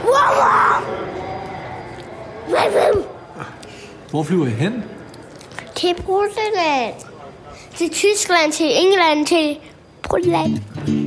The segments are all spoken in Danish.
Hvor flyver I hen? Til Portugal. Til Tyskland, til England, til Portugal.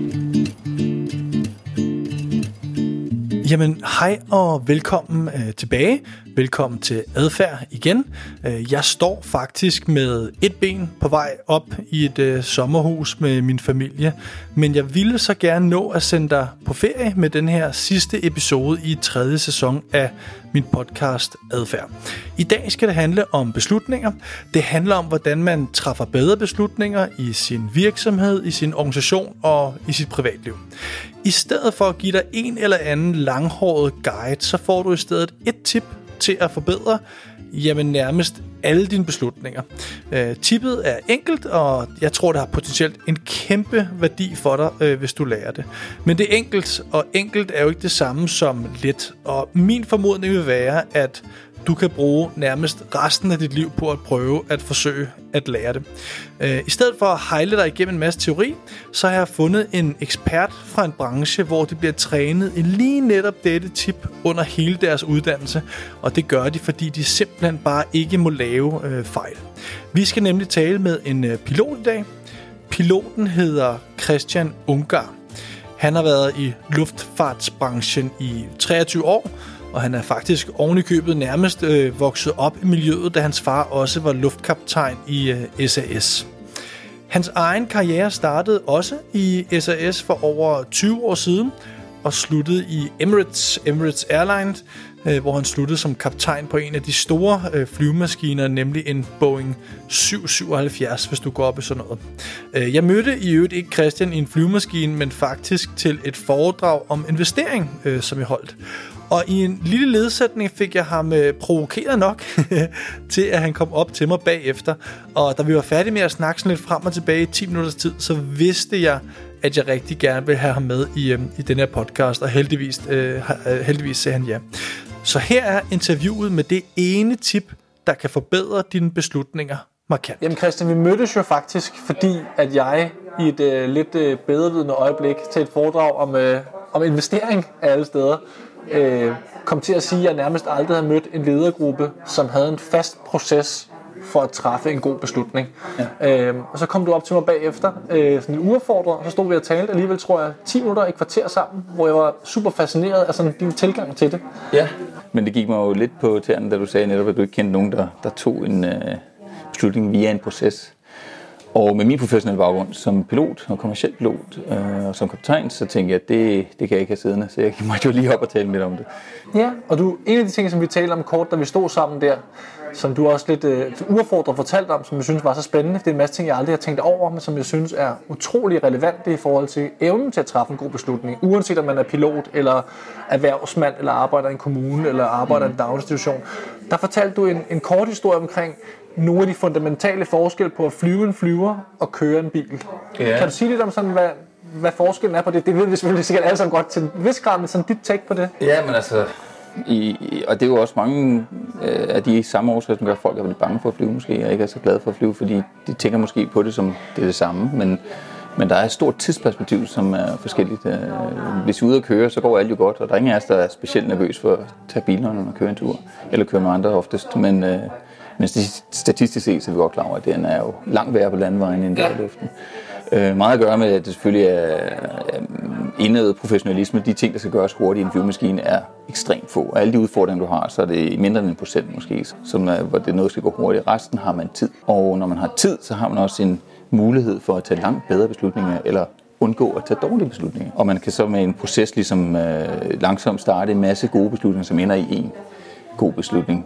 Jamen, hej og velkommen tilbage. Velkommen til Adfærd igen. Jeg står faktisk med et ben på vej op i et sommerhus med min familie, men jeg ville så gerne nå at sende dig på ferie med den her sidste episode i 3. sæson af min podcast Adfærd. I dag skal det handle om beslutninger. Det handler om, hvordan man træffer bedre beslutninger i sin virksomhed, i sin organisation og i sit privatliv. I stedet for at give dig en eller anden langhåret guide, så får du i stedet et tip til at forbedre nærmest alle dine beslutninger. Tippet er enkelt, og jeg tror, det har potentielt en kæmpe værdi for dig, hvis du lærer det. Men det er enkelt, og enkelt er jo ikke det samme som let. Og min formodning vil være, at du kan bruge nærmest resten af dit liv på at prøve at forsøge at lære det. I stedet for at hejle dig igennem en masse teori, så har jeg fundet en ekspert fra en branche, hvor de bliver trænet i lige netop dette tip under hele deres uddannelse. Og det gør de, fordi de simpelthen bare ikke må lave fejl. Vi skal nemlig tale med en pilot i dag. Piloten hedder Christian Ungar. Han har været i luftfartsbranchen i 23 år, og han er faktisk oven i købet nærmest vokset op i miljøet, da hans far også var luftkaptajn i SAS. Hans egen karriere startede også i SAS for over 20 år siden, og sluttede i Emirates Airlines, hvor han sluttede som kaptajn på en af de store flyvemaskiner, nemlig en Boeing 777, hvis du går op i sådan noget. Jeg mødte i øvrigt ikke Christian i en flyvemaskine, men faktisk til et foredrag om investering, som jeg holdt. Og i en lille ledsætning fik jeg ham provokeret nok til, at han kom op til mig bagefter. Og da vi var færdige med at snakke sådan lidt frem og tilbage i 10 minutters tid, så vidste jeg, at jeg rigtig gerne ville have ham med i den her podcast. Og heldigvis sagde han ja. Så her er interviewet med det ene tip, der kan forbedre dine beslutninger markant. Jamen Christian, vi mødtes jo faktisk, fordi at jeg i et lidt bedrevidende øjeblik til et foredrag om investering af alle steder, kom til at sige, at jeg nærmest aldrig havde mødt en ledergruppe, som havde en fast proces for at træffe en god beslutning. Ja. Og så kom du op til mig bagefter, sådan en uafordret, og så stod vi og talte alligevel, tror jeg, 10 minutter i kvarter sammen, hvor jeg var super fascineret af sådan din tilgang til det. Ja, men det gik mig jo lidt på tæerne, da du sagde netop, at du ikke kendte nogen, der tog en beslutning via en proces. Og med min professionelle baggrund som pilot og kommerciel pilot og som kaptajn, så tænkte jeg, at det kan jeg ikke have siddende, så jeg måtte jo lige op og tale lidt om det. Ja, og en af de ting, som vi talte om kort, da vi stod sammen der, som du også lidt uaffordret fortalte om, som jeg synes var så spændende, det er en masse ting, jeg aldrig har tænkt over, men som jeg synes er utrolig relevante i forhold til evnen til at træffe en god beslutning, uanset om man er pilot, eller erhvervsmand, eller arbejder i en kommune, eller arbejder i en daginstitution. Der fortalte du en kort historie omkring nogle af de fundamentale forskelle på at flyve en flyver og køre en bil. Ja. Kan du sige lidt om sådan, hvad forskellen er på det? Det ved vi selvfølgelig sikkert alle sammen godt til en vis grad, men sådan dit take på det. Ja, men altså, og det er jo også mange af de samme årsager, som gør, at folk er lidt bange for at flyve måske, og ikke er så glade for at flyve, fordi de tænker måske på det som det samme, men der er et stort tidsperspektiv, som er forskelligt. Hvis vi er ude at køre, så går alt jo godt, og der er ingen af os, der er specielt nervøs for at tage bilerne og køre en tur, eller køre med andre oftest, men statistisk set så er vi godt klar over, at den er jo langt værre på landvejen end der i luften. Meget at gøre med, at det selvfølgelig er indøvet professionalisme. De ting, der skal gøres hurtigt i en flyvemaskine, er ekstremt få. Og alle de udfordringer, du har, så er det mindre end 1% måske, hvor det noget skal gå hurtigt. Resten har man tid. Og når man har tid, så har man også en mulighed for at tage langt bedre beslutninger, eller undgå at tage dårlige beslutninger. Og man kan så med en proces ligesom langsomt starte en masse gode beslutninger, som ender i en god beslutning.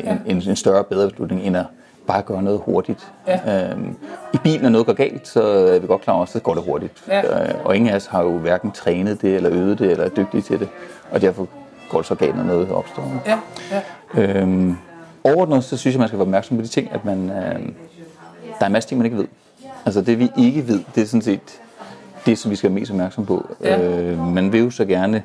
En større, bedre beslutning, end at bare gøre noget hurtigt. Ja. I bilen, når noget går galt, så er vi godt klar over, så går det hurtigt. Ja. Og ingen af os har jo hverken trænet det, eller øvet det, eller er dygtige til det. Og derfor går det så galt, når noget opstår. Ja. Ja. Overordnet, så synes jeg, man skal være opmærksom på de ting, at der er en masse ting, man ikke ved. Altså det, vi ikke ved, det er sådan set det, som vi skal være mest opmærksom på. Ja. Man vil jo så gerne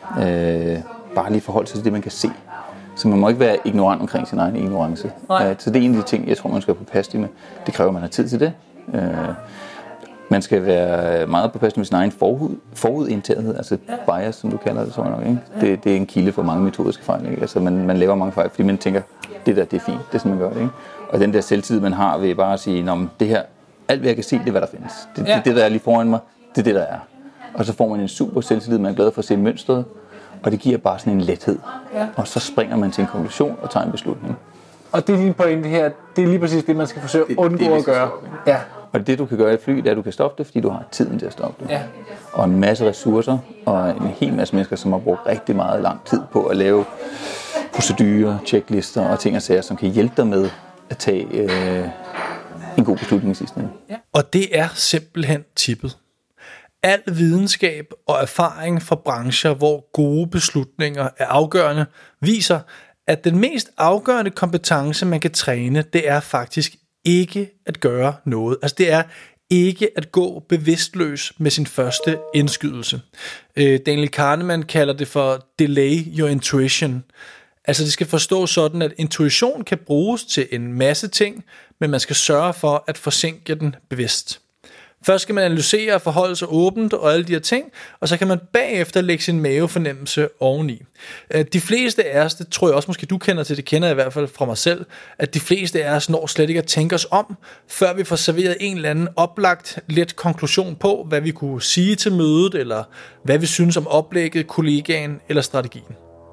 bare lige forholde sig til det, man kan se. Så man må ikke være ignorant omkring sin egen ignorance. Så det er en af de ting, jeg tror, man skal være påpasselig med. Det kræver, at man har tid til det. Man skal være meget påpasselig med sin egen forudorienterethed, altså bias, som du kalder det, tror jeg nok, ikke? Det er en kilde for mange metodiske fejl, ikke? Altså man laver mange fejl, fordi man tænker, det er fint, det er sådan, man gør det, ikke? Og den der selvtid, man har ved bare at sige, det her, alt hvad jeg kan se, det er, hvad der findes. Det der er lige foran mig, det er det, der er. Og så får man en super selvtillid, man er glad for at se mønstret, og det giver bare sådan en lethed. Og så springer man til en konklusion og tager en beslutning. Og det er din pointe her, det er lige præcis det, man skal forsøge at undgå at gøre. Ja. Og det, du kan gøre i et fly, det er, at du kan stoppe det, fordi du har tiden til at stoppe det. Ja. Og en masse ressourcer, og en hel masse mennesker, som har brugt rigtig meget lang tid på at lave procedurer, checklister og ting og sager, som kan hjælpe dig med at tage en god beslutning i sidste ende. Ja. Og det er simpelthen tippet. Al videnskab og erfaring fra brancher, hvor gode beslutninger er afgørende, viser, at den mest afgørende kompetence, man kan træne, det er faktisk ikke at gøre noget. Altså det er ikke at gå bevidstløs med sin første indskydelse. Daniel Kahneman kalder det for delay your intuition. Altså det skal forstås sådan, at intuition kan bruges til en masse ting, men man skal sørge for at forsinke den bevidst. Først skal man analysere og forholde sig åbent og alle de her ting, og så kan man bagefter lægge sin mavefornemmelse oveni. De fleste af os, det tror jeg også måske du kender til, det kender jeg i hvert fald fra mig selv, at de fleste af os når slet ikke at tænke os om, før vi får serveret en eller anden oplagt let konklusion på, hvad vi kunne sige til mødet, eller hvad vi synes om oplægget, kollegaen eller strategien.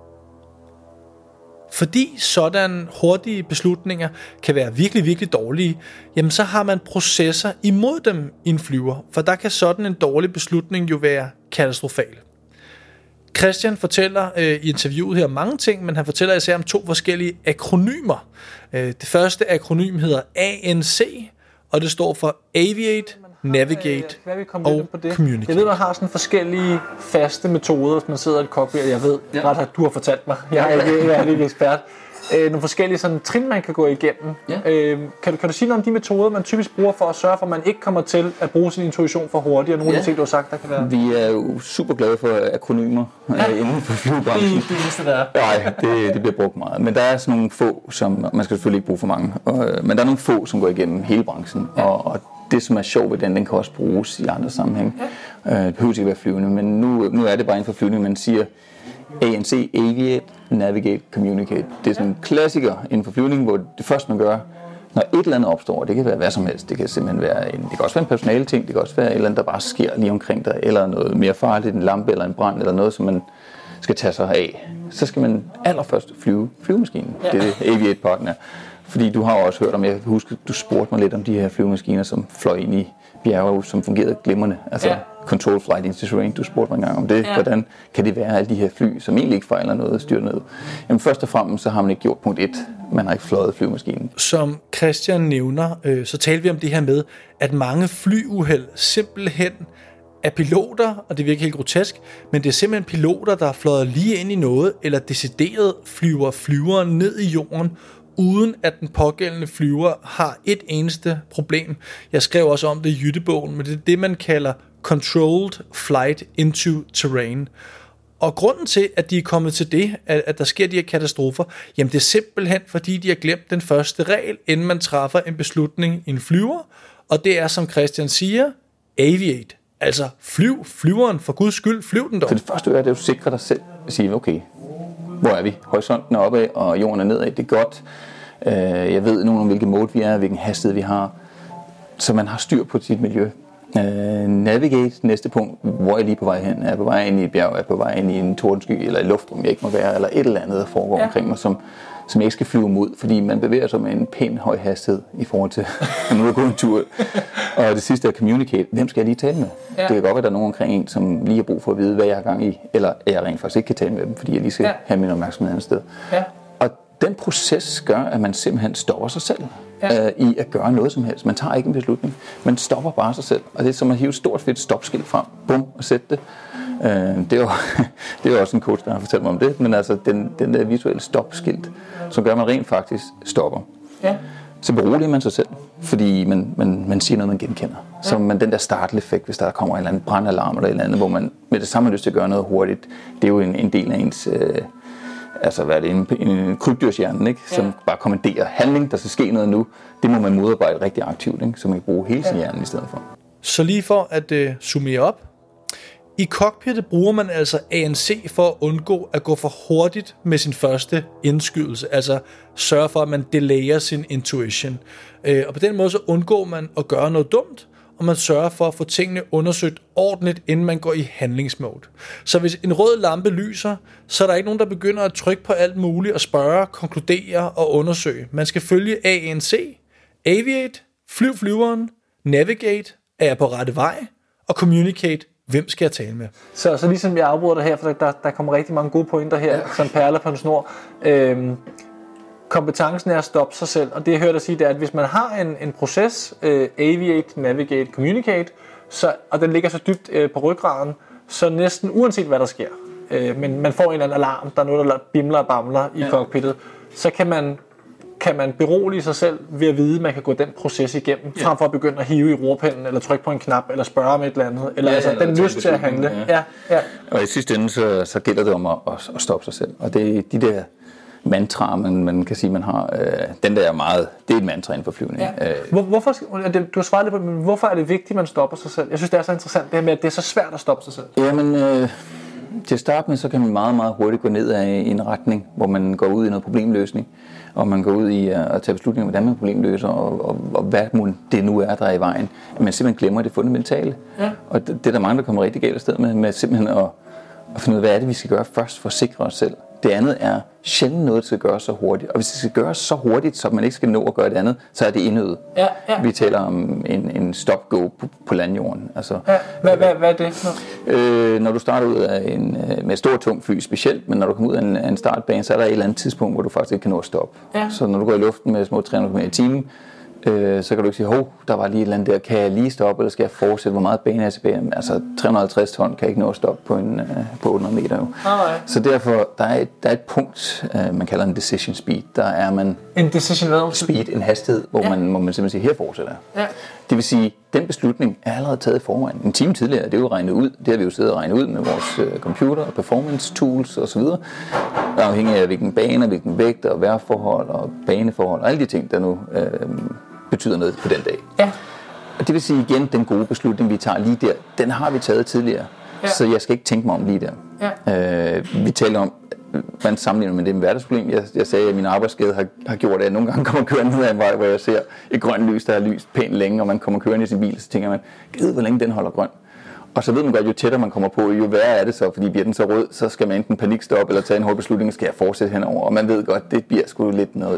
Fordi sådan hurtige beslutninger kan være virkelig, virkelig dårlige, jamen så har man processer imod dem i en flyver, for der kan sådan en dårlig beslutning jo være katastrofal. Christian fortæller i interviewet her mange ting, men han fortæller især om 2 forskellige akronymer. Det første akronym hedder ANC, og det står for Aviate, Navigate og Communicate. Jeg ved, man har sådan forskellige faste metoder, hvis man sidder i et cockpit. Jeg ved ret, at du har fortalt mig. Jeg er ikke ekspert. Nogle forskellige sådan trin, man kan gå igennem. Ja. Kan du sige noget om de metoder, man typisk bruger for at sørge for, at man ikke kommer til at bruge sin intuition for hurtigt? Og nogle af de ting, du har sagt, der kan være... Vi er jo super glade for akronymer inden for flybranchen. Det eneste, der er. Nej, det bliver brugt meget. Men der er sådan nogle få, som... Man skal selvfølgelig ikke bruge for mange. Men der er nogle få, som går igennem hele branchen. Ja. Og det, som er sjovt ved den kan også bruges i andre sammenhæng. Det behøver ikke være flyvende, men nu er det bare inden for flyvning, man siger ANC, Aviate, Navigate, Communicate. Det er sådan en klassiker inden for flyvning, hvor det første man gør, når et eller andet opstår, det kan være hvad som helst, det kan simpelthen være det kan også være en personale ting, det kan også være et eller andet, der bare sker lige omkring dig, eller noget mere farligt, en lampe eller en brand, eller noget, som man skal tage sig af. Så skal man allerførst flyve flyvemaskinen. Ja. Det er det Aviate partner. Fordi du har også hørt om, jeg husker, du spurgte mig lidt om de her flyvemaskiner, som fløj ind i bjerge, som fungerede glimrende. Altså control flight into terrain, du spurgte mig engang om det. Ja. Hvordan kan det være, alle de her fly, som egentlig ikke fejler noget, styrer ned? Jamen først og fremmest, så har man ikke gjort punkt 1. Man har ikke fløjet flyvemaskinen. Som Christian nævner, så talte vi om det her med, at mange flyuheld simpelthen er piloter, og det virker helt grotesk, men det er simpelthen piloter, der har fløjet lige ind i noget, eller decideret flyveren ned i jorden, uden at den pågældende flyver har et eneste problem. Jeg skrev også om det i Jyttebogen, men det er det, man kalder Controlled Flight into Terrain. Og grunden til, at de er kommet til det, at der sker de her katastrofer, jamen det er simpelthen, fordi de har glemt den første regel, inden man træffer en beslutning i en flyver, og det er, som Christian siger, Aviate. Altså flyveren, for guds skyld, flyv den dog. Så det første er, at du sikrer dig selv at sige, okay, hvor er vi? Horisonten er opad, og jorden er nedad. Det er godt. Jeg ved nogen om, hvilken mode vi er, hvilken hastighed vi har. Så man har styr på sit miljø. Navigate, næste punkt. Hvor er jeg lige på vej hen? Er jeg på vej ind i et bjerg? Er jeg på vej ind i en tordensky? Eller i luftrum, jeg ikke må være? Eller et eller andet, der foregår omkring mig, som jeg ikke skal flyve mod. Fordi man bevæger sig med en pæn høj hastighed i forhold til, at nu er gå en tur. Og det sidste er communicate. Hvem skal jeg lige tale med? Ja. Det kan godt være, at der er nogen omkring en, som lige har brug for at vide, hvad jeg har gang i. Eller jeg rent faktisk ikke kan tale med dem, fordi jeg lige skal have min opmærksomhed andet sted. Ja. Og den proces gør, at man simpelthen stopper sig selv i at gøre noget som helst. Man tager ikke en beslutning. Man stopper bare sig selv. Og det er som at hive et stort fedt stopskilt frem. Bum, og sætte det. Det er jo også en coach, der har fortalt mig om det. Men altså, den der visuelle stopskilt, som gør, at man rent faktisk stopper. Ja. Så beroliger man sig selv, fordi man siger noget, man genkender. Så den der starteffekt, hvis der kommer en eller anden brandalarm eller et eller andet, hvor man med det samme har lyst til at gøre noget hurtigt, det er jo en del af ens... altså hvad er det, en krybdyrshjerne, ikke? Som bare kommanderer handling, der skal ske noget nu. Det må man modarbejde rigtig aktivt, ikke? Så man kan bruge hele sin hjerne i stedet for. Så lige for at summere op. I cockpittet bruger man altså ANC for at undgå at gå for hurtigt med sin første indskydelse. Altså sørge for, at man delayer sin intuition. Og på den måde så undgår man at gøre noget dumt, og man sørger for at få tingene undersøgt ordentligt, inden man går i handlingsmode. Så hvis en rød lampe lyser, så er der ikke nogen, der begynder at trykke på alt muligt og spørge, konkludere og undersøge. Man skal følge ANC, aviate, flyveren, navigate, er jeg på rette vej, og communicate, hvem skal jeg tale med. Så ligesom jeg afbryder dig her, for der kommer rigtig mange gode pointer her, som perler på en snor. Kompetencen er at stoppe sig selv, og det jeg hørte dig sige, det er, at hvis man har en proces, aviate, navigate, communicate, og den ligger så dybt på ryggraden, så næsten uanset hvad der sker, men man får en eller anden alarm, der er noget, der bimler og bamler i cockpittet, så kan man berolige sig selv ved at vide, at man kan gå den proces igennem, frem for at begynde at hive i rorpinden, eller trykke på en knap, eller spørge om et eller andet, eller den lyst til at handle. Ja. Og i sidste ende, så gælder det om at stoppe sig selv, og det er de der mantra, man kan sige, man har. Den der er meget, det er et mantra inden for flyvning. Ja. Hvorfor, du har svaret lidt på, men hvorfor er det vigtigt, at man stopper sig selv? Jeg synes, det er så interessant, det her med, at det er så svært at stoppe sig selv. Jamen, til at starte med, så kan man meget, meget hurtigt gå ned af en retning, hvor man går ud i noget problemløsning, og man går ud i at tage beslutninger, hvordan man problemløser, og hvad det nu er, der er i vejen. Man simpelthen glemmer det fundamentale. Ja. Og det er der mange, der kommer rigtig galt af sted med simpelthen at finde ud af, hvad er det, vi skal gøre først for at sikre os selv. Det andet er sjældent noget, der skal gøres så hurtigt. Og hvis det skal gøres så hurtigt, så man ikke skal nå at gøre det andet, så er det indøvet. Ja. Vi taler om en stop-go på landjorden. Altså, hvad er det? Når du starter ud af med stor tung fly specielt, men når du kommer ud af en startbane, så er der et eller andet tidspunkt, hvor du faktisk ikke kan nå at stoppe. Ja. Så når du går i luften med små 300 km i timen, så kan du ikke sige, der var lige et eller andet der, kan jeg lige stoppe, eller skal jeg fortsætte, hvor meget bane er tilbage? Altså 350 ton kan jeg ikke nå at stoppe på 800 meter jo. Så derfor, der er et punkt, man kalder en decision speed. Der er man en decision hvad? Speed, en hastighed, hvor man simpelthen siger, her fortsætter jeg. Ja. Det vil sige, den beslutning er allerede taget i forvejen. En time tidligere, det er jo regnet ud. Det har vi jo siddet og regnet ud med vores computer og performance tools osv. Afhængig af hvilken bane, hvilken vægt og vejrforhold og baneforhold og alle de ting, der nu betyder noget på den dag. Ja. Og det vil sige igen, den gode beslutning, vi tager lige der, den har vi taget tidligere. Ja. Så jeg skal ikke tænke mig om lige der. Ja. Vi taler om, man sammenligner med det med hverdagsproblem. Jeg sagde, at min arbejdsskade har gjort, at jeg nogle gange kommer kørende ned ad en vej, hvor jeg ser et grønt lys, der har lyst pænt længe, og man kommer kørende i sin bil, så tænker man, hvor længe den holder grøn. Og så ved man godt, jo tættere man kommer på, jo værre er det så, fordi bliver den så rød, så skal man enten panikstoppe eller tage en hård beslutning, skal jeg fortsætte henover. Og man ved godt, det bliver sgu lidt noget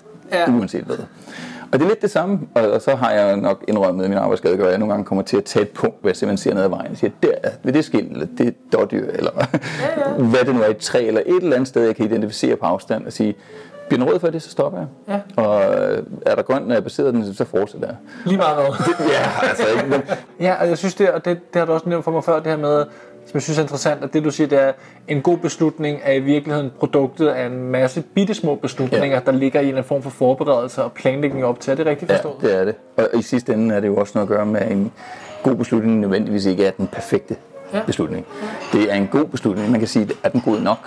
uanset hvad. Og det er lidt det samme, og så har jeg nok indrømmet, at min arbejdsskade gør, at jeg nogle gange kommer til at tage et punkt, hvor jeg simpelthen ser ned ad vejen og siger, der ved det skilt, eller det dårdyr, eller hvad det nu er, et træ, eller et eller andet sted, jeg kan identificere på afstand og sige, bliver den rød for det, så stopper jeg. Ja. Og er der grønt, når jeg baserer den, så fortsætter jeg. Lige meget noget. Ja, altså ikke. Men... Ja, og jeg synes det har du også nævnt for mig før, det her med, som jeg synes er interessant, at det du siger, det er, en god beslutning er i virkeligheden produktet af en masse bittesmå beslutninger, der ligger i en form for forberedelse og planlægning op til. Er det rigtigt forstået? Ja, det er det. Og i sidste ende er det jo også noget at gøre med, at en god beslutning nødvendigvis ikke er den perfekte beslutning. Det er en god beslutning. Man kan sige, er den god nok?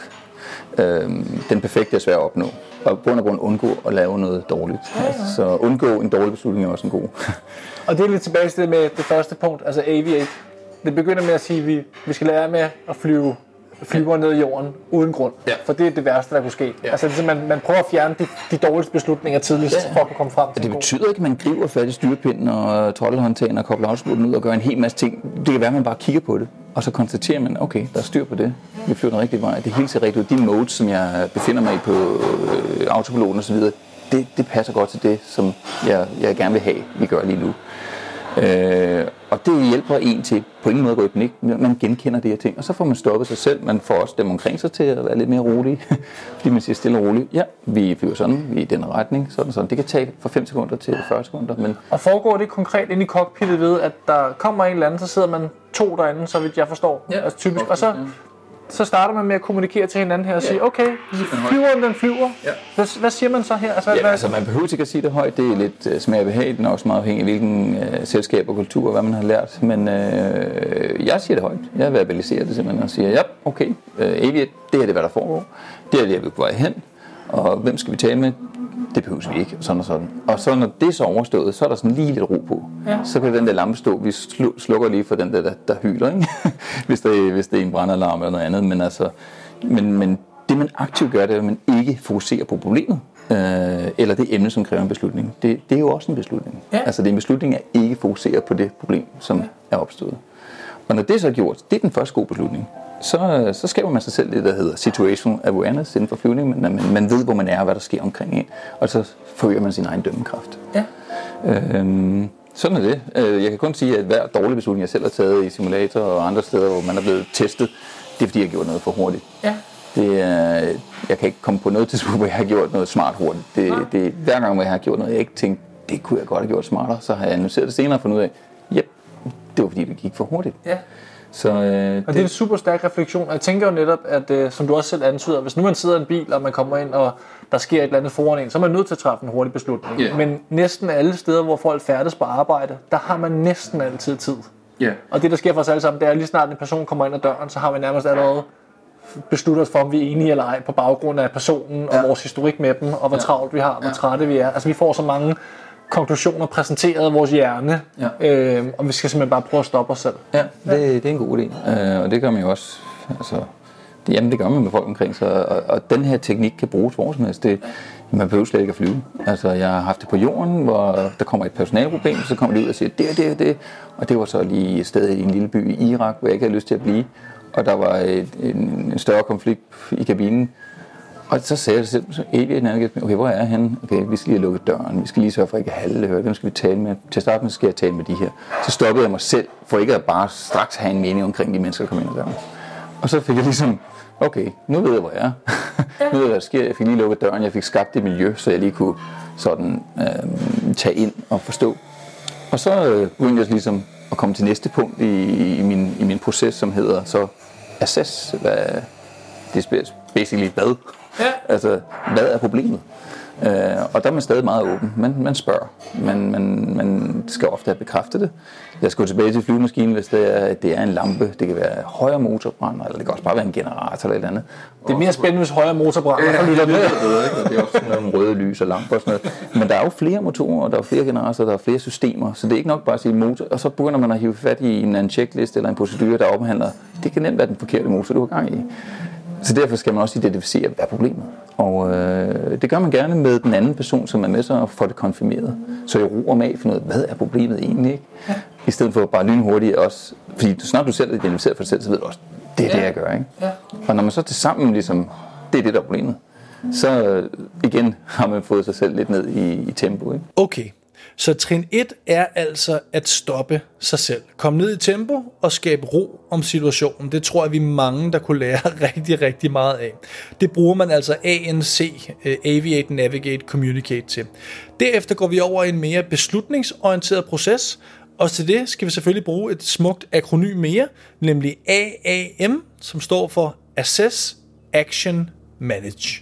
Den perfekte er svær at opnå. Og på grund af grund undgå at lave noget dårligt. Ja. Så undgå en dårlig beslutning er også en god. Og det er lidt tilbage til det med det første punkt, altså aviate. Det begynder med at sige, at vi skal lære med at flyve ned i jorden uden grund. Ja. For det er det værste, der kunne ske. Ja. Altså man prøver at fjerne de dårligste beslutninger tidligst, for at komme frem til det betyder ikke, at man griber fat i styrepinden og throttlehåndtagen og kobler autopiloten ud og gør en hel masse ting. Det kan være, at man bare kigger på det, og så konstaterer man, okay, der er styr på det. Vi flyver den rigtige vej. Det hele ser rigtigt ud. De modes, som jeg befinder mig i på autopiloten osv., det passer godt til det, som jeg gerne vil have, vi gør lige nu. Og det hjælper en til på ingen måde at gå i panik. Man genkender de her ting, og så får man stoppet sig selv. Man får også dem omkring sig til at være lidt mere rolig, fordi man siger stille og roligt, ja, vi flyver sådan, vi er i den retning, sådan. Det kan tage fra 5 sekunder til 40 sekunder. Men... Og foregår det konkret inde i cockpittet ved, at der kommer en eller anden, så sidder man 2 derinde, så vidt jeg forstår, altså typisk, og så starter man med at kommunikere til hinanden her og sige, okay, flyveren den flyver. Ja. Hvad siger man så her? Altså, man behøver ikke at sige det højt. Det er lidt smag og behag. Den er også meget afhængig af hvilken selskab og kultur og hvad man har lært. Men jeg siger det højt. Jeg verbaliserer det simpelthen og siger, ja, okay, aviate, det er det, hvad der foregår. Det er det, jeg vil på vej hen. Og hvem skal vi tale med? det behøves vi ikke, sådan og sådan. Og så når det er så overstået, så er der sådan lige lidt ro på. Ja. Så kan den der lampe stå, vi slukker lige for den der hyler, ikke? hvis det er en brandalarm eller noget andet. Men, altså, men det man aktivt gør, det er, at man ikke fokuserer på problemet, eller det emne, som kræver en beslutning. Det er jo også en beslutning. Ja. Altså det er en beslutning at ikke fokusere på det problem, som er opstået. Og når det så er gjort, det er den første gode beslutning. Så skaber man sig selv det, der hedder situational awareness inden for flyvning. Man ved, hvor man er og hvad der sker omkring en. Og så forøger man sin egen dømmekraft. Ja. Sådan er det. Jeg kan kun sige, at hver dårlig beslutning, jeg selv har taget i simulator og andre steder, hvor man er blevet testet, det er fordi, jeg har gjort noget for hurtigt. Ja. Jeg kan ikke komme på noget tidspunkt, hvor jeg har gjort noget smart hurtigt. Hver gang, hvor jeg har gjort noget, jeg ikke tænkte, det kunne jeg godt have gjort smartere, så har jeg analyseret det senere og fundet ud af, det var fordi, det gik for hurtigt. Ja. Så, og det er en super stærk refleksion, og jeg tænker jo netop, at som du også selv antyder, hvis nu man sidder i en bil, og man kommer ind, og der sker et eller andet foran en, så er man nødt til at træffe en hurtig beslutning. Yeah. Men næsten alle steder, hvor folk færdes på arbejde, der har man næsten altid tid. Yeah. Og det, der sker for os alle sammen, det er, lige snart en person kommer ind ad døren, så har vi nærmest allerede besluttet os for, om vi er enige eller ej, på baggrund af personen og vores historik med dem, og hvor travlt vi har, hvor trætte vi er. Altså vi får så mange konklusioner præsenteret af vores hjerne, og vi skal simpelthen bare prøve at stoppe os selv. Ja, det er en god idé, og det gør man jo også, altså, det gør man med folk omkring sig, og den her teknik kan bruges hvor som helst. Man behøver slet ikke at flyve. Altså, jeg har haft det på jorden, hvor der kommer et personalproblem, så kommer de ud og siger, det, og det var så lige et sted i en lille by i Irak, hvor jeg ikke havde lyst til at blive, og der var en større konflikt i kabinen. Og så sagde jeg selv, okay, hvor er jeg henne? Okay, vi skal lige lukke døren, vi skal lige sørge for, at ikke alle hører, hvem skal vi tale med? Til at starte med skal jeg tale med de her. Så stoppede jeg mig selv, for ikke at bare straks have en mening omkring de mennesker, der kom ind ad døren. Og så fik jeg ligesom, okay, nu ved jeg, hvor jeg er. Nu ved jeg, hvad der sker. Jeg fik lige lukket døren, jeg fik skabt et miljø, så jeg lige kunne sådan tage ind og forstå. Og så begyndte jeg ligesom at komme til næste punkt i min proces, som hedder så assess. Det er basically hvad? Ja. Altså, hvad er problemet? Og der er man stadig meget åben. Man spørger. Man skal ofte have bekræftet det. Jeg skal gå tilbage til flyvemaskinen, hvis det er en lampe. Det kan være højere motorbrænder, eller det kan også bare være en generator eller et eller andet. Det er mere spændende, hvis højere motorbrænder. Ja, det er også sådan nogle røde lys og lamper og sådan noget. Men der er jo flere motorer, og der er flere generatorer, der er flere systemer. Så det er ikke nok bare at sige motor. Og så begynder man at hive fat i en checklist eller en procedure, der omhandler. Det kan nemt være den forkerte motor, du har gang i. Så derfor skal man også identificere, hvad er problemet. Og det gør man gerne med den anden person, som er med sig og får det konfirmeret. Så jeg roer mig af for noget, hvad er problemet egentlig, ikke? Ja. I stedet for bare lynhurtigt også. Fordi snart du selv er identificeret for dig selv, så ved du også, det er det, jeg gør, ikke? Ja. Og når man så til sammen ligesom, det er det, der er problemet, så igen har man fået sig selv lidt ned i tempo, ikke? Okay. Så trin 1 er altså at stoppe sig selv. Kom ned i tempo og skabe ro om situationen. Det tror jeg, vi er mange, der kunne lære rigtig, rigtig meget af. Det bruger man altså ANC, Aviate, Navigate, Communicate til. Derefter går vi over i en mere beslutningsorienteret proces, og til det skal vi selvfølgelig bruge et smukt akronym mere, nemlig AAM, som står for Assess, Action, Manage.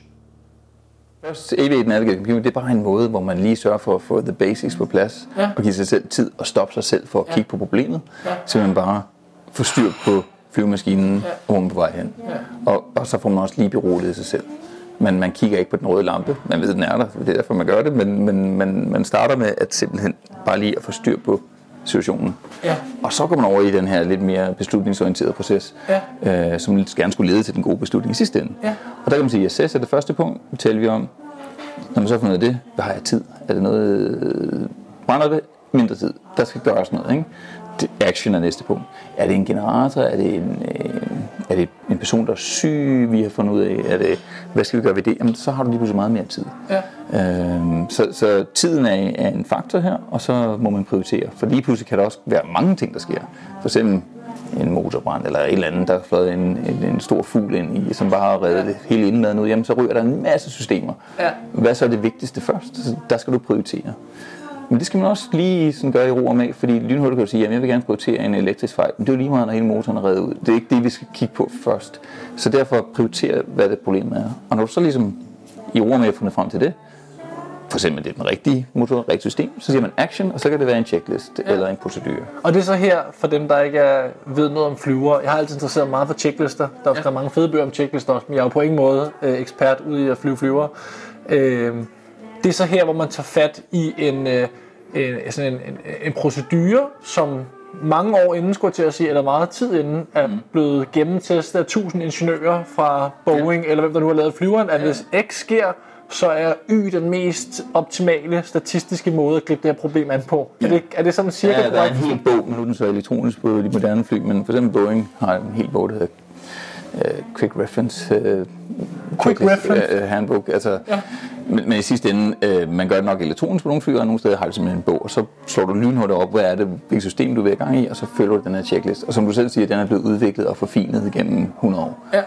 Aviate Navigate Computing, det er bare en måde, hvor man lige sørger for at få the basics på plads, og give sig selv tid og stoppe sig selv for at kigge på problemet, så man bare får styr på flyvemaskinen, og hvor man er på vej hen. Og så får man også lige beroliget sig selv. Men man kigger ikke på den røde lampe, man ved, den er der, det er derfor man gør det, men man starter med at simpelthen bare lige at få styr på situationen. Ja. Og så går man over i den her lidt mere beslutningsorienterede proces, som gerne skulle lede til den gode beslutning i sidste ende. Ja. Og der kan man sige, at assess er det første punkt, det taler vi om. Når man så finder det, hvad har jeg tid? Er det noget, brænder det? Mindre tid. Der skal gøres noget, ikke? Action er næste punkt. Er det en generator? Er det en person, der er syg? Vi har fundet ud af, hvad skal vi gøre ved det? Jamen, så har du lige pludselig meget mere tid. Ja. Så tiden er en faktor her, og så må man prioritere. For lige pludselig kan der også være mange ting, der sker. For eksempel en motorbrand, eller et eller andet, der er fløjet en stor fugl ind i, som bare har reddet det hele indmaden ud. Jamen, så ryger der en masse systemer. Ja. Hvad så er det vigtigste først? Så der skal du prioritere. Men det skal man også lige sådan gøre i ro og mag, fordi lynhurtigt kan du sige, at jeg vil gerne prioritere en elektrisk fejl, men det er jo lige meget, når hele motoren er reddet ud. Det er ikke det, vi skal kigge på først. Så derfor prioritere, hvad det problem er. Og når du så ligesom i ro og mag har fundet frem til det, for eksempel det er den rigtige motor, rigtigt system, så siger man action, og så kan det være en checklist eller en procedure. Og det er så her, for dem, der ikke ved noget om flyver. Jeg har altid interesseret meget for checklister. Der er mange fede bøger om checklister også, men jeg er jo på ingen måde ekspert ude i at flyve flyver. Det er så her, hvor man tager fat i en procedure, som mange år inden, skulle jeg til at sige, eller meget tid inden, er blevet gennemtestet af 1000 ingeniører fra Boeing, eller hvem der nu har lavet flyveren, at hvis X sker, så er Y den mest optimale statistiske måde at gribe det her problem an på. Ja. Er det sådan cirka korrekt? Ja, der er en hel bog, men nu er den så elektronisk på de moderne fly, men for eksempel Boeing har en hel bog, der hedder Quick Reference handbook. Altså, men i sidste ende, man gør det nok elektronisk på nogle fly, og nogle steder har det simpelthen en bog, og så slår du lynhurtigt op, hvad er det, hvilket system du vil i gang i, og så følger du den her checklist. Og som du selv siger, den er blevet udviklet og forfinet gennem 100 år. Ja.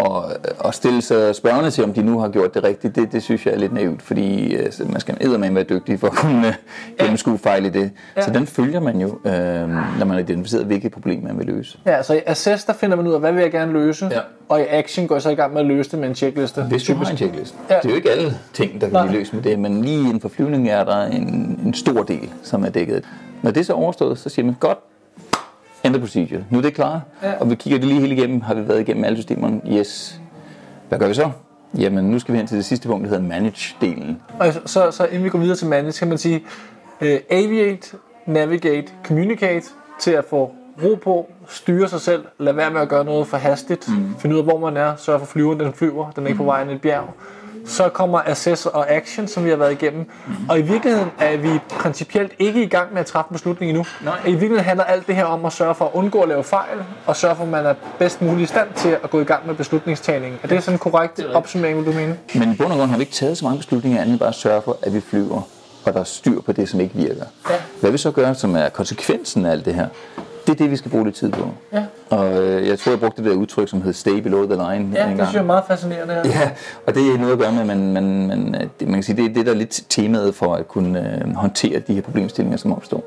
Og stille sig spørgende til, om de nu har gjort det rigtigt, det synes jeg er lidt naivt, fordi man skal eddermame være dygtig for at kunne gennemskue fejl i det. Ja. Så den følger man jo, når man har identificeret, hvilke problemer man vil løse. Ja, så i Assess, der finder man ud af, hvad vil jeg gerne løse, og i Action går jeg så i gang med at løse det med en checkliste. Hvis du har en checkliste. Ja. Det er jo ikke alle ting, der kan blive løst med det, men lige inden for flyvning er der en stor del, som er dækket. Når det så er overstået, så siger man, godt, enter procedure. Nu er det klar, og vi kigger det lige helt igennem. Har vi været igennem alle systemerne? Yes. Hvad gør vi så? Jamen, nu skal vi hen til det sidste punkt, der hedder manage-delen. Og så inden vi går videre til manage, kan man sige aviate, navigate, communicate til at få ro på, styre sig selv, lade være med at gøre noget for hastigt, finde ud af, hvor man er, sørge for flyveren, den flyver, den er ikke på vej ind i et bjerg. Så kommer Assess og Action, som vi har været igennem. Og i virkeligheden er vi principielt ikke i gang med at træffe beslutning endnu. Nej. I virkeligheden handler alt det her om at sørge for at undgå at lave fejl, og sørge for, at man er bedst muligt i stand til at gå i gang med beslutningstagning. Er det sådan en korrekt opsummering, vil du mene? Men i bund og grund har vi ikke taget så mange beslutninger, andet bare at sørge for, at vi flyver, og der er styr på det, som ikke virker. Ja. Hvad vi så gør, som er konsekvensen af alt det her, det er det, vi skal bruge lidt tid på. Ja. Og jeg tror, jeg brugte det der udtryk, som hed stay below the line. Ja, det synes jeg er meget fascinerende. Ja, og det er noget at gøre med, man kan sige, det er det, der er lidt temaet for at kunne håndtere de her problemstillinger, som opstår.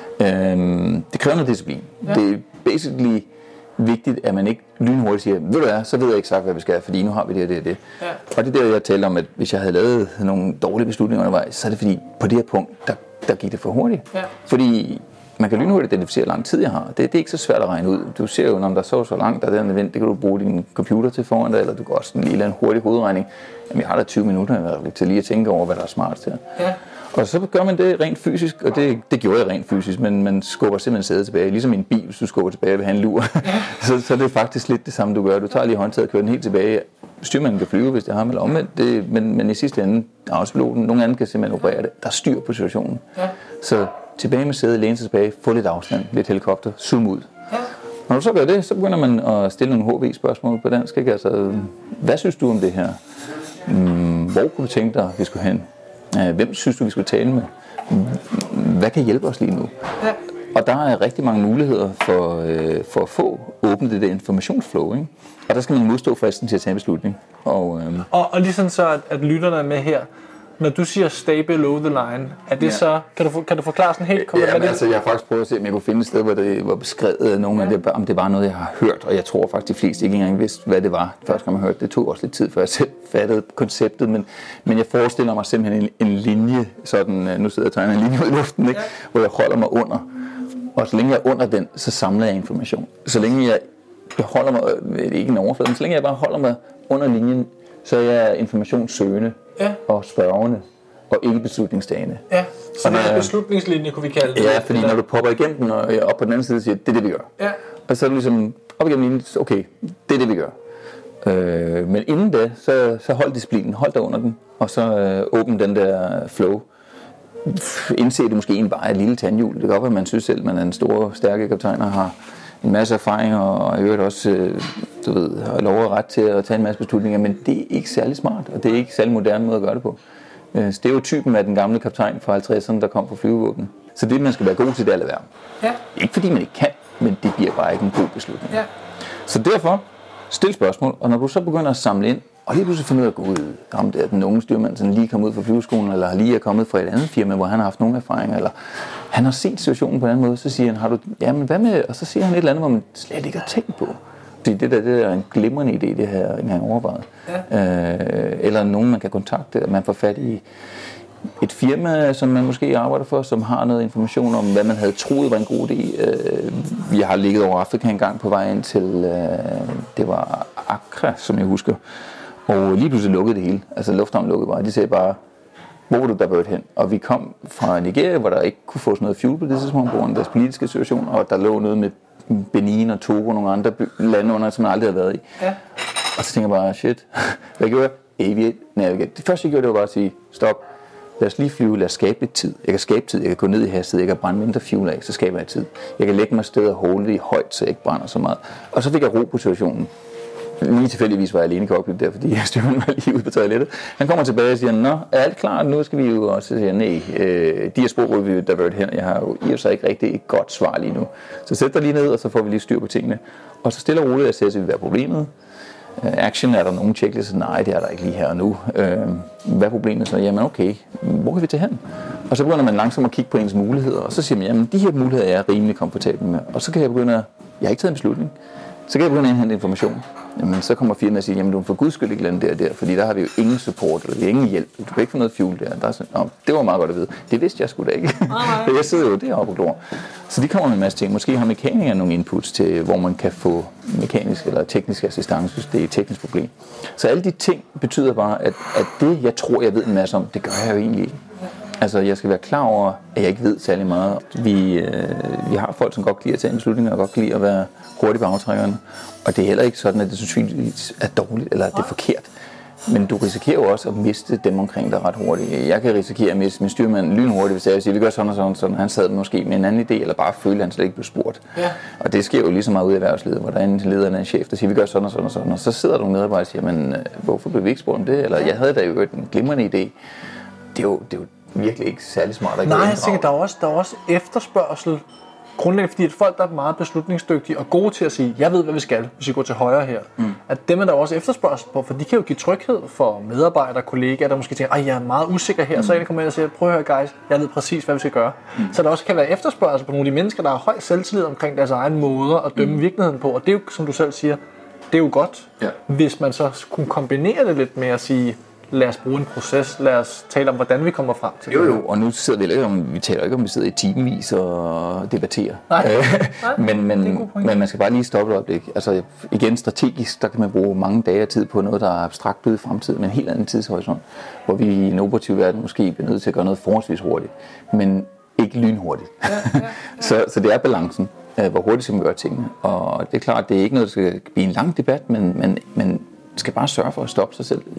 Det kræver noget disciplin. Ja. Det er basically vigtigt, at man ikke lynhurtigt siger, ved du hvad, så ved jeg ikke sagt, hvad vi skal, fordi nu har vi det og det. Ja. Og det er der, jeg talte om, at hvis jeg havde lavet nogle dårlige beslutninger undervejs, så er det fordi, på det her punkt, der gik det for hurtigt. Ja. Fordi man kan lynhurtigt identificere, hvor lang tid jeg har. Det er ikke så svært at regne ud. Du ser jo, når der så langt, der er nødvendigt, det kan du bruge din computer til foran dig, eller du kan også lige lave en hurtig hovedregning. Jamen, jeg har da 20 minutter til lige at tænke over, hvad der er smart til. Ja. Og så gør man det rent fysisk, og det gjorde jeg rent fysisk, men man skubber simpelthen sædet tilbage. Ligesom i en bil, hvis du skubber tilbage ved en lur. Ja. så er det faktisk lidt det samme, du gør. Du tager lige håndtaget og kører den helt tilbage. Styrmanden kan flyve, hvis det har, eller omvendt. Men i sidste ende, autopiloten, nogle andre kan simpelthen operere det. Der er styr på situationen. Ja. Så tilbage med sædet, læne sig tilbage, få lidt afstand, lidt helikopter, zoom ud. Ja. Når du så gør det, så begynder man at stille nogle HV-spørgsmål på dansk. Ikke? Altså, hvad synes du om det her? Hvor kunne du tænke dig, vi skulle hen? Hvem synes du, vi skulle tale med? Hvad kan hjælpe os lige nu? Ja. Og der er rigtig mange muligheder for at få åbnet det der informationsflow. Ikke? Og der skal man modstå fristen til at tage en beslutning. Og ligesom så, at lytterne er med her. Når du siger stay below the line, er det så, kan du forklare sådan helt konkret? Ja, men altså, jeg har faktisk prøvet at se, om jeg kunne finde et sted, hvor det var beskrevet nogle af det, om det var noget, jeg har hørt, og jeg tror faktisk, de fleste ikke engang vidste, hvad det var, første gang jeg hørte det. Det tog også lidt tid, før jeg selv fattede konceptet, men jeg forestiller mig simpelthen en linje, sådan, nu sidder jeg og tegner en linje ud i luften, ikke? Hvor jeg holder mig under, og så længe jeg er under den, så samler jeg information. Så længe jeg holder mig, ikke en overflade, men så længe jeg bare holder mig under linjen, så er jeg informationssøgende og spørgende, og ikke beslutningstagende. Ja, så det er beslutningslinje, kunne vi kalde det. Ja, fordi når du popper igennem den, og op på den anden side siger, det er det, vi gør. Ja. Og så er du ligesom op igennem linjen, okay, det er det, vi gør. Men inden da, så hold disciplinen, hold dig under den, og så åbn den der flow. Indse det måske bare et lille tandhjul. Det kan godt være, at man synes selv, man er en stor, stærke kaptajn og har en masse erfaring, og i øvrigt også har lov og ret til at tage en masse beslutninger, men det er ikke særlig smart, og det er ikke særlig moderne måde at gøre det på. Stereotypen af den gamle kaptajn fra 50'erne, der kom fra flyvevåben. Så det, man skal være god til, det er at lade være. Ja. Ikke fordi man ikke kan, men det bliver bare ikke en god beslutning. Ja. Så derfor, stil spørgsmål, og når du så begynder at samle ind, og lige pludselig finder ud af, gud, ham der, den unge styrmand, som lige kom ud fra flyveskolen, eller lige er kommet fra et andet firma, hvor han har haft nogle erfaringer, eller han har set situationen på en anden måde, så siger han, jamen hvad med, og så siger han et eller andet, hvor man slet ikke har tænkt på. Det er en glimrende idé, det her, ikke engang overvejet. Ja. Eller nogen, man kan kontakte, at man får fat i et firma, som man måske arbejder for, som har noget information om, hvad man havde troet var en god idé. Jeg har ligget over Afrika en gang på vej ind til, det var Accra, som jeg husker. Og lige pludselig lukkede det hele. Altså lufthavnen lukkede bare. De sagde bare, hvor var du divert hen? Og vi kom fra Nigeria, hvor der ikke kunne få sådan noget fuel på det tidspunkt, på grund af deres politiske situation, og der lå noget med Benin og Togo og nogle andre lande under, som man aldrig havde været i. Ja. Og så tænker jeg bare, shit, hvad gjorde jeg? Aviate, navigate. Det første jeg gjorde, det var bare at sige, stop, lad os lige flyve, lad os skabe lidt tid. Jeg kan skabe tid, jeg kan gå ned i hastighed, jeg kan brænde mindre fuel af, så skaber jeg tid. Jeg kan lægge mig sted og holde det højt, så jeg ikke brænder så meget. Og så fik jeg ro på situationen. Lige tilfældigvis var jeg alene i cockpit der, fordi jeg styrmanden var lige ude på toilettet. Han kommer tilbage og siger, nå, er alt klar? Nu skal vi jo også sige, nej, de her spor, hvor vi divert hen, jeg har jo i og så ikke rigtig et godt svar lige nu. Så sæt dig lige ned, og så får vi lige styr på tingene. Og så stille og roligt, jeg siger, hvad er problemet? Action, er der nogen checklister? Nej, det er der ikke lige her og nu. Hvad er problemet så? Jamen okay, hvor kan vi tage hen? Og så begynder man langsomt at kigge på ens muligheder, og så siger man, jamen de her muligheder er jeg rimelig komfortabel med. Og så kan jeg begynde at, jeg har ikke taget en beslutning, så kan jeg begynde at indhente information. Jamen så kommer firmaet og siger, jamen du får guds skyld ikke lande der og der, fordi der har vi jo ingen support, eller vi har ingen hjælp. Du kan ikke få noget fuel der. Er sådan, det var meget godt at vide. Det vidste jeg sgu da ikke. For jeg sidder jo deroppe og glor. Så de kommer med en masse ting. Måske har mekanikere nogle inputs til, hvor man kan få mekanisk eller teknisk assistance, hvis det er et teknisk problem. Så alle de ting betyder bare, at det, jeg tror, jeg ved en masse om, det gør jeg jo egentlig ikke. Altså, jeg skal være klar over, at jeg ikke ved særlig meget. Vi har folk, som godt kan lide at tage beslutninger, og godt kan lide at være hurtigt på aftrækkerne. Og det er heller ikke sådan, at det sandsynligvis er dårligt, eller at det er forkert. Men du risikerer jo også at miste dem omkring dig ret hurtigt. Jeg kan risikere at miste min styrmand lynhurtigt, hvis jeg siger, vi gør sådan og sådan, sådan. Han sad måske med en anden idé, eller bare følte, at han slet ikke blev spurgt. Ja. Og det sker jo lige så meget ude i erhvervslivet, hvor der er en leder eller en chef, der siger, vi gør sådan og sådan og sådan. Og så sidder der nogle medarbejdere og siger, men hvorfor blev vi ikke spurgt om det? Eller jeg havde da jo en glimrende idé. Det er jo virkelig ikke særlig smart at gøre. Nej, jeg tænker, der er også efterspørgsel. Grundlæggende fordi, at folk, der er meget beslutningsdygtige og gode til at sige, jeg ved, hvad vi skal, hvis vi går til højre her. At dem er der også efterspørgsel på, for de kan jo give tryghed for medarbejdere, kollegaer, der måske tænker, jeg er meget usikker her, så jeg kommer ind og siger, prøv at høre guys, jeg ved præcis, hvad vi skal gøre. Så der også kan være efterspørgsel på nogle af de mennesker, der har høj selvtillid omkring deres egen måder at dømme virkeligheden på. Og det er jo, som du selv siger, det er jo godt, hvis man så kunne kombinere det lidt med at sige, lad os bruge en proces, lad os tale om, hvordan vi kommer frem til det. Jo, og nu sidder vi taler ikke om, vi sidder i timevis og debatterer. Nej. Men man skal bare lige stoppe et øjeblik. Altså igen, strategisk, der kan man bruge mange dage og tid på noget, der er abstrakt ude i fremtiden, men en helt anden tidshorisont, hvor vi i en operativ verden måske bliver nødt til at gøre noget forholdsvis hurtigt, men ikke lynhurtigt. Så det er balancen, hvor hurtigt skal man gøre tingene. Og det er klart, det er ikke noget, der skal blive en lang debat, men skal bare sørge for at stoppe sig selv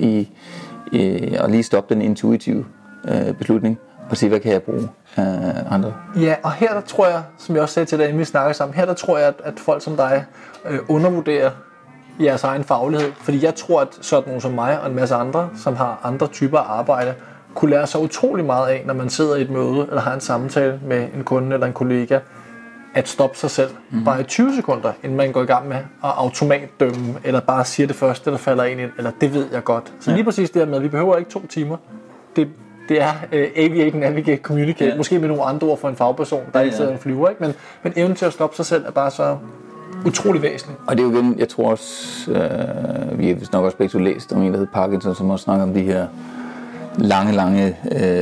og lige stoppe den intuitive beslutning og se, hvad kan jeg bruge andre. Ja, og her der tror jeg, som jeg også sagde til dig, inden vi snakker sammen, her der tror jeg, at folk som dig undervurderer jeres egen faglighed. Fordi jeg tror, at sådan nogle som mig og en masse andre, som har andre typer af arbejde, kunne lære sig utrolig meget af, når man sidder i et møde eller har en samtale med en kunde eller en kollega, at stoppe sig selv bare i 20 sekunder, inden man går i gang med at automatdømme, eller bare siger det første, der falder ind i, eller det ved jeg godt. Så lige præcis det her med, at vi behøver ikke 2 timer. Det er aviate, navigate, communicate, måske med nogle andre ord for en fagperson, der ikke sidder en flyver, ikke? Men evnen til at stoppe sig selv er bare så utrolig væsentligt. Og det er jo igen, jeg tror også, vi har nok også begge læst om en, der hedder Parkinson, som også snakker om de her lange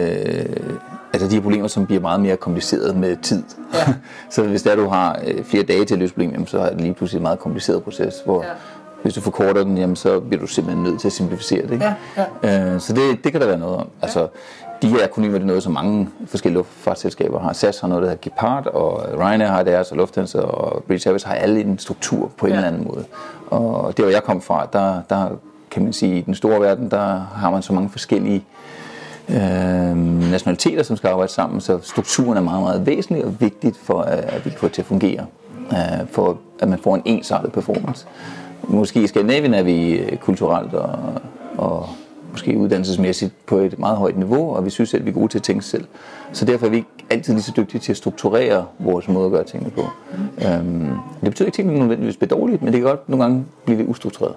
altså de her problemer, som bliver meget mere kompliceret med tid. Ja. Så hvis du har flere dage til at løse problemet, så er det lige pludselig en meget kompliceret proces, hvor hvis du forkorter den, jamen, så bliver du simpelthen nødt til at simplificere det. Ikke? Ja. Så det kan der være noget om. Altså, de her akronymer, det er noget, som mange forskellige luftfartsselskaber har. SAS har noget, der hedder Gepard, og Ryanair har deres, og Lufthansa og British Airways har alle en struktur på en eller anden måde. Og det, hvor jeg kom fra, der kan man sige, i den store verden, der har man så mange forskellige nationaliteter, som skal arbejde sammen, så strukturen er meget, meget væsentlig og vigtigt for, at vi kan få det til at fungere, for at man får en ensartet performance. Måske i Skandinavien er vi kulturelt og måske uddannelsesmæssigt på et meget højt niveau, og vi synes at vi er gode til at tænke selv. Så derfor er vi ikke altid lige så dygtige til at strukturere vores måde at gøre tingene på. Det betyder ikke, at tingene nødvendigvis bliver dårligt, men det kan godt nogle gange blive ustruktureret.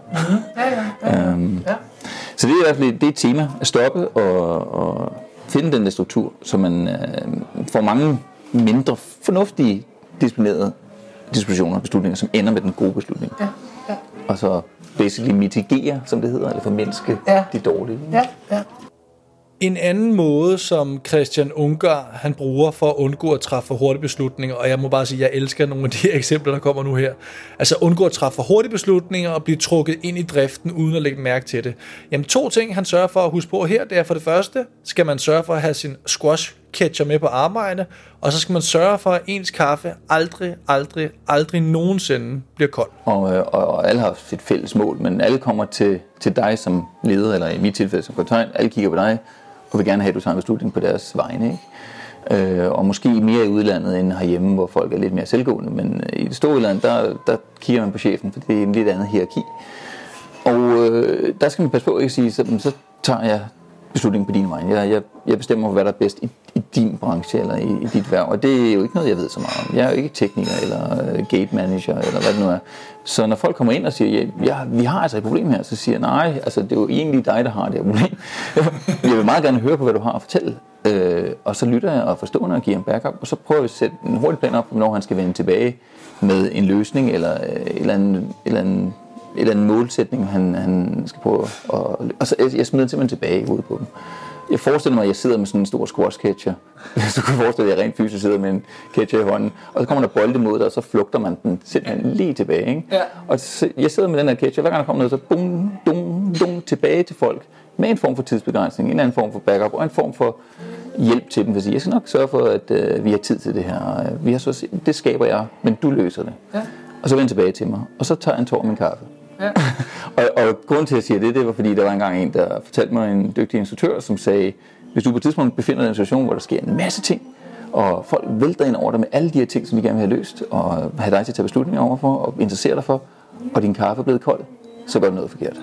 Så det er i hvert fald det er et tema at stoppe og finde den der struktur, så man får mange mindre fornuftige disciplinerede dispositioner og beslutninger, som ender med den gode beslutning. Og så basically mitigere, som det hedder, eller formindske de dårlige. En anden måde, som Christian Ungar han bruger for at undgå at træffe for hurtige beslutninger, og jeg må bare sige, at jeg elsker nogle af de her eksempler, der kommer nu her. Altså undgå at træffe for hurtige beslutninger og blive trukket ind i driften uden at lægge mærke til det. Jamen 2 ting, han sørger for at huske på her, det er for det første, skal man sørge for at have sin squash catcher med på arbejde, og så skal man sørge for, at ens kaffe aldrig nogensinde bliver kold. Og alle har et fælles mål, men alle kommer til dig som leder, eller i mit tilfælde som kaptajn, alle kigger på dig, og vil gerne have, at du tager en beslutning på deres vegne, ikke? Og måske mere i udlandet end herhjemme, hvor folk er lidt mere selvgående, men i det store udland, der kigger man på chefen, for det er en lidt andet hierarki. Og der skal man passe på at ikke sige, så tager jeg beslutningen på din vegne. Jeg bestemmer, hvad der er bedst i din branche eller i dit værv, og det er jo ikke noget, jeg ved så meget om. Jeg er jo ikke tekniker eller gate manager eller hvad det nu er. Så når folk kommer ind og siger, vi har altså et problem her, så siger jeg, nej, altså det er jo egentlig dig, der har det her problem. Jeg vil meget gerne høre på, hvad du har at fortælle. Og så lytter jeg og forstående og giver en backup, og så prøver vi at sætte en hurtig plan op, hvornår han skal vende tilbage med en løsning eller en eller en målsætning, han skal prøve. Og så jeg smider simpelthen tilbage i hovedet på dem. Jeg forestiller mig, at jeg sidder med sådan en stor squash catcher. Så kan du forestille dig, at jeg rent fysisk sidder med en catcher i hånden. Og så kommer der bolde mod dig, og så flugter man den simpelthen lige tilbage. Ikke? Ja. Og så, jeg sidder med den her catcher, hver gang der kommer noget, så bum, dum, dum, tilbage til folk. Med en form for tidsbegrænsning, en anden form for backup, og en form for hjælp til dem. Jeg skal nok sørge for, at vi har tid til det her. Det skaber jeg, men du løser det. Ja. Og så vender tilbage til mig. Og så tager jeg en tår af min kaffe. Ja. og grunden til at jeg siger det var fordi der var engang en der fortalte mig, en dygtig instruktør, som sagde, hvis du på et tidspunkt befinder dig i en situation hvor der sker en masse ting og folk vælter ind over dig med alle de her ting som vi gerne vil have løst og have dig til at tage beslutninger overfor og interessere dig for, og din kaffe er blevet kold, så gør du noget forkert.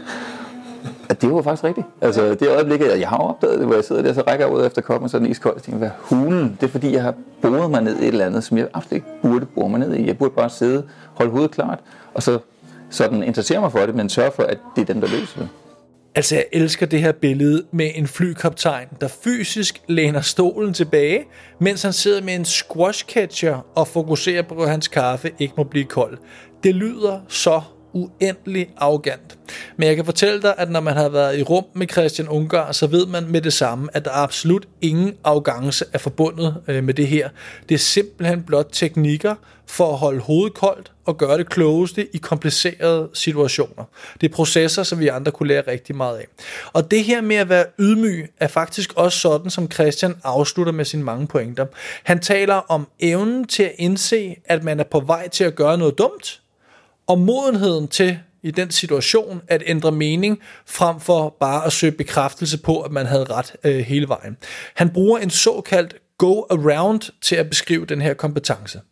Og det var faktisk rigtigt. Altså det øjeblik, jeg har opdaget det, hvor jeg sidder der, så rækker jeg ud efter koppen og så er den iskold, og tænker, hvad hulen? Det er fordi jeg har boret mig ned i et eller andet, som jeg absolut ikke burde bore mig ned i. Jeg burde bare sidde, holde hovedet klart, og så den interesserer mig for det, men sørger for, at det er den, der løser det. Altså, jeg elsker det her billede med en flykaptajn, der fysisk læner stolen tilbage, mens han sidder med en squash catcher og fokuserer på, at hans kaffe ikke må blive kold. Det lyder så uendelig arrogant. Men jeg kan fortælle dig, at når man har været i rum med Christian Ungar, så ved man med det samme, at der absolut ingen arrogance er forbundet med det her. Det er simpelthen blot teknikker for at holde hovedet koldt og gøre det klogeste i komplicerede situationer. Det er processer, som vi andre kunne lære rigtig meget af. Og det her med at være ydmyg er faktisk også sådan, som Christian afslutter med sine mange pointer. Han taler om evnen til at indse, at man er på vej til at gøre noget dumt, og modenheden til i den situation at ændre mening, frem for bare at søge bekræftelse på, at man havde ret hele vejen. Han bruger en såkaldt go-around til at beskrive den her kompetence.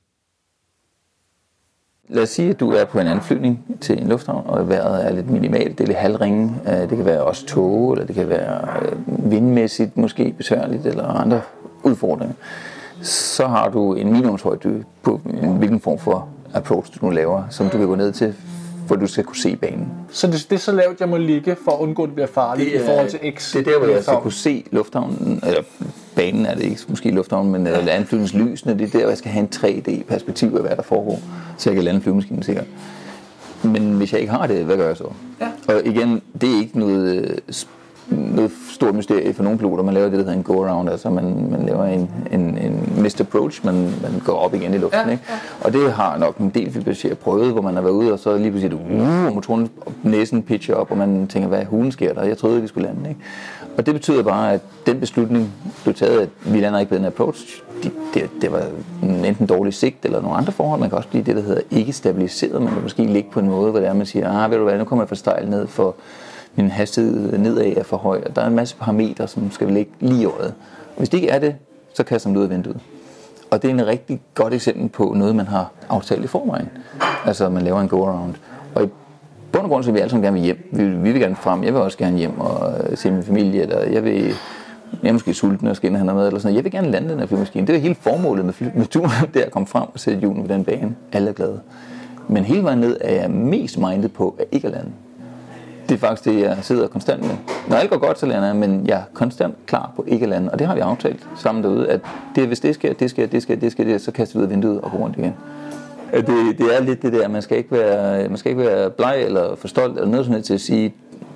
Lad os sige, at du er på en anden flyvning til en lufthavn, og vejret er lidt minimalt, det er lidt halvringe, det kan være også tåge, eller det kan være vindmæssigt måske besværligt, eller andre udfordringer. Så har du en minimumshøjde på hvilken form for approach du nu laver, som du vil gå ned til, for du skal kunne se banen. Så det er så lavt, jeg må ligge, for at undgå, at det bliver farligt i forhold til X? Det er der, hvor jeg skal kunne se lufthavnen, eller banen er det ikke, måske lufthavnen, men landflyvningslysene, det er der, hvor jeg skal have en 3D-perspektiv af, hvad der foregår, så jeg kan lande flyvemaskinen sikkert. Men hvis jeg ikke har det, hvad gør jeg så? Ja. Og igen, det er ikke noget stort mysterie for nogle piloter. Man laver det, der hedder en go-around, altså man laver en missed approach, man går op igen i luften. Ja, ikke? Ja. Og det har nok en del passagerer prøvet, hvor man har været ude, og så lige pludselig og motoren næsen pitcher op, og man tænker, hvad hulen sker der? Jeg troede, vi skulle lande. Ikke? Og det betyder bare, at den beslutning, du taget, at vi lander ikke på den approach, det var enten dårlig sigt eller nogle andre forhold. Man kan også blive det, der hedder ikke stabiliseret. Man kan måske ligge på en måde, hvor det er, man siger, ved du hvad, nu kommer jeg for stejl ned, for min hastighed nedad er for høj, og der er en masse parametre, som skal ligge lige i øjet. Og hvis det ikke er det, så kaster man det ud af vinduet. Og det er en rigtig godt eksempel på noget, man har aftalt i forvejen. Altså, man laver en go-around. Og i bund og grund, så vil vi alle sammen gerne hjem. Vi vil gerne frem. Jeg vil også gerne hjem og se min familie, eller jeg er måske sulten og skal ind og have noget med, eller sådan noget. Jeg vil gerne lande den her flyvemaskine. Det er hele formålet med turen, det er at komme frem og sætte hjulen på den bane. Alle er glade. Men hele vejen ned er jeg mest mindet på at ikke at lande. Det er faktisk det, jeg sidder konstant med. Når alt går godt, så lander jeg, men jeg er konstant klar på ikke at lande. Og det har vi aftalt sammen derude, at hvis det sker, så kaster vi ud af vinduet og går rundt igen. Det er lidt det der, man skal ikke være bleg eller for stolt eller noget sådan noget til at sige,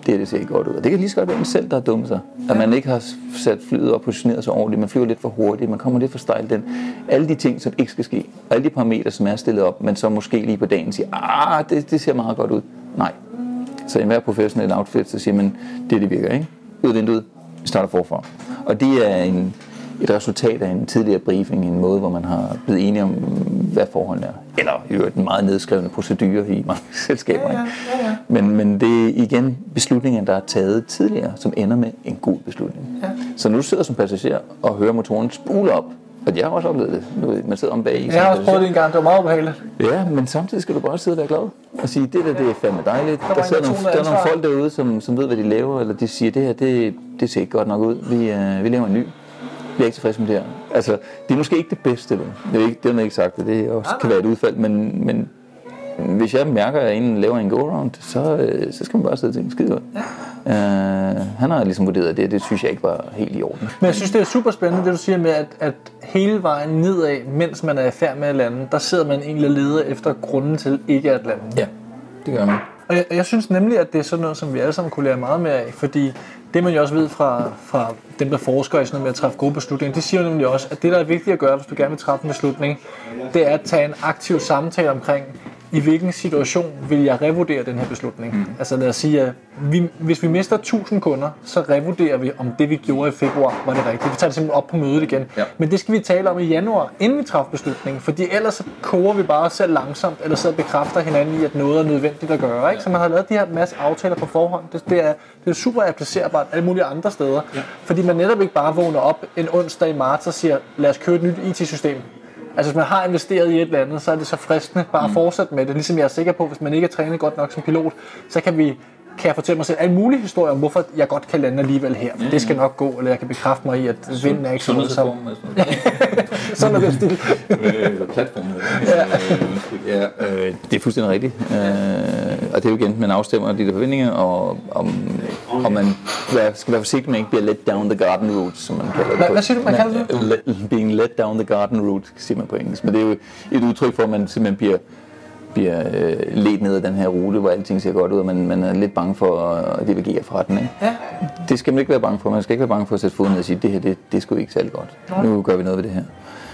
det ser ikke godt ud. Og det kan lige så godt være en selv, der har dummet sig. At man ikke har sat flyet og positioneret sig ordentligt, man flyver lidt for hurtigt, man kommer lidt for stejlt den. Alle de ting, som ikke skal ske, og alle de parametre, som er stillet op, men så måske lige på dagen siger, det ser meget godt ud. Nej. Så i enhver professionel outfit, så siger man, det virker, ikke? Ud af vinduet, vi starter forfra. Og det er et resultat af en tidligere briefing, en måde, hvor man har blevet enige om, hvad forholdene er. Eller jo en meget nedskrevne procedure i mange selskaber. Ja. Men det er igen beslutninger, der er taget tidligere, som ender med en god beslutning. Ja. Så nu sidder som passager og hører motoren spule op. Og jeg har også oplevet det. Man sidder om bag i. Jeg har også prøvet det en gang, det var meget ubehageligt. Ja, men samtidig skal du bare sidde og være glad. Og sige, det er fandme dejligt. Der sidder nogle folk derude, som ved, hvad de laver. Eller de siger, det her, det ser ikke godt nok ud. Vi laver en ny. Jeg er ikke tilfreds med det her. Altså, det er måske ikke det bedste. Det er ikke sagt, at det også kan være et udfald. Men hvis jeg mærker, at en laver en go-around, så skal man bare sidde og tænke, skide godt. Ja. Han har ligesom vurderet, at det synes jeg ikke var helt i orden. Men jeg synes, det er super spændende, det du siger med, at hele vejen nedad, mens man er i færd med at lande, der sidder man egentlig og leder efter grunden til ikke at lande. Ja, det gør man. Og jeg synes nemlig, at det er sådan noget, som vi alle sammen kunne lære meget mere af, fordi det man jo også ved fra dem, der forsker i sådan noget med at træffe gode beslutninger, de siger nemlig også, at det, der er vigtigt at gøre, hvis du gerne vil træffe en beslutning, det er at tage en aktiv samtale omkring, i hvilken situation vil jeg revurdere den her beslutning. Altså lad os sige, at hvis vi mister 1000 kunder, så revurderer vi, om det vi gjorde i februar var det rigtigt. Vi tager det simpelthen op på mødet igen. Ja. Men det skal vi tale om i januar, inden vi træffer beslutningen, fordi ellers så koger vi bare selv langsomt, eller så bekræfter hinanden i, at noget er nødvendigt at gøre. Ikke? Så man har lavet de her masse aftaler på forhånd. Det er super applicerbart alle mulige andre steder, fordi man netop ikke bare vågner op en onsdag i marts og siger, lad os købe et nyt IT-system. Altså hvis man har investeret i et eller andet, så er det så fristende bare at fortsætte med det. Ligesom jeg er sikker på, hvis man ikke er trænet godt nok som pilot, så kan jeg fortælle mig selv alle mulige historier om, hvorfor jeg godt kan lande alligevel her. Det skal nok gå, eller jeg kan bekræfte mig i, at vinden er ikke så noget. Sådan er det stil. Platformen. Det er fuldstændig rigtigt. Og det er jo igen, man afstemmer de der forventninger, og man skal være forsigtig med at ikke blive let down the garden route, som man kalder det. Hvad siger du, man kalder det? Being let down the garden route, siger man på engelsk. Men det er jo et udtryk for, at man simpelthen bliver ledt ned ad den her rute, hvor alting ser godt ud, og man er lidt bange for at divergere fra den. Ikke? Ja. Det skal man ikke være bange for. Man skal ikke være bange for at sætte foden ned og sige, det her, det er sgu ikke særlig godt. Nu gør vi noget ved det her.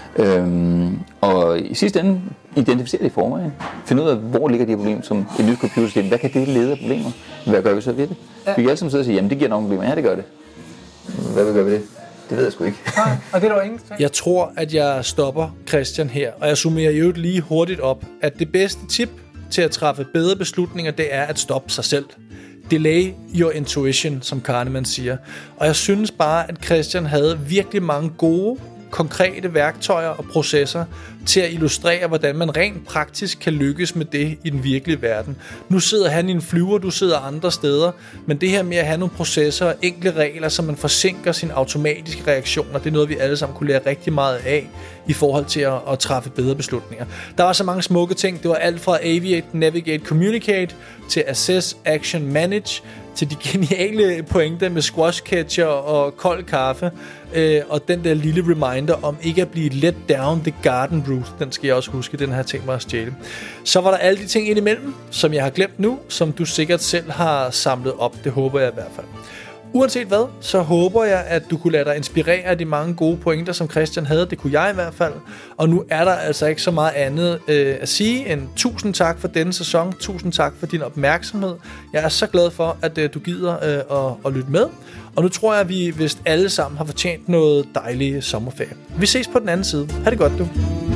Og i sidste ende, identificere det i forvejen. Find ud af, hvor ligger de problemer som et nyt computersystem. Hvad kan det lede af problemer? Hvad gør vi så ved det? Ja. Vi kan alle sammen sidde og sige, jamen det giver nogle problemer. Ja, det gør det. Hvad vil vi gøre ved det? Det ved jeg sgu ikke. Nej, og det er der ingen. Jeg tror, at jeg stopper Christian her, og jeg summerer jo lige hurtigt op, at det bedste tip til at træffe bedre beslutninger, det er at stoppe sig selv. Delay your intuition, som Kahneman siger. Og jeg synes bare, at Christian havde virkelig mange gode, konkrete værktøjer og processer til at illustrere, hvordan man rent praktisk kan lykkes med det i den virkelige verden. Nu sidder han i en flyver, du sidder andre steder, men det her med at have nogle processer og enkle regler, så man forsinker sine automatiske reaktioner, det er noget, vi alle sammen kunne lære rigtig meget af i forhold til at træffe bedre beslutninger. Der var så mange smukke ting. Det var alt fra aviate, navigate, communicate, til assess, action, manage, til de geniale pointer med squash catcher og kold kaffe, og den der lille reminder om ikke at blive let down the garden route, den skal jeg også huske, den her ting mig at stjæle. Så var der alle de ting indimellem, som jeg har glemt nu, som du sikkert selv har samlet op, det håber jeg i hvert fald. Uanset hvad, så håber jeg, at du kunne lade dig inspirere af de mange gode pointer, som Christian havde. Det kunne jeg i hvert fald. Og nu er der altså ikke så meget andet at sige end tusind tak for denne sæson. Tusind tak for din opmærksomhed. Jeg er så glad for, at du gider at lytte med. Og nu tror jeg, at vi vist alle sammen har fortjent noget dejlig sommerferie. Vi ses på den anden side. Ha' det godt, du.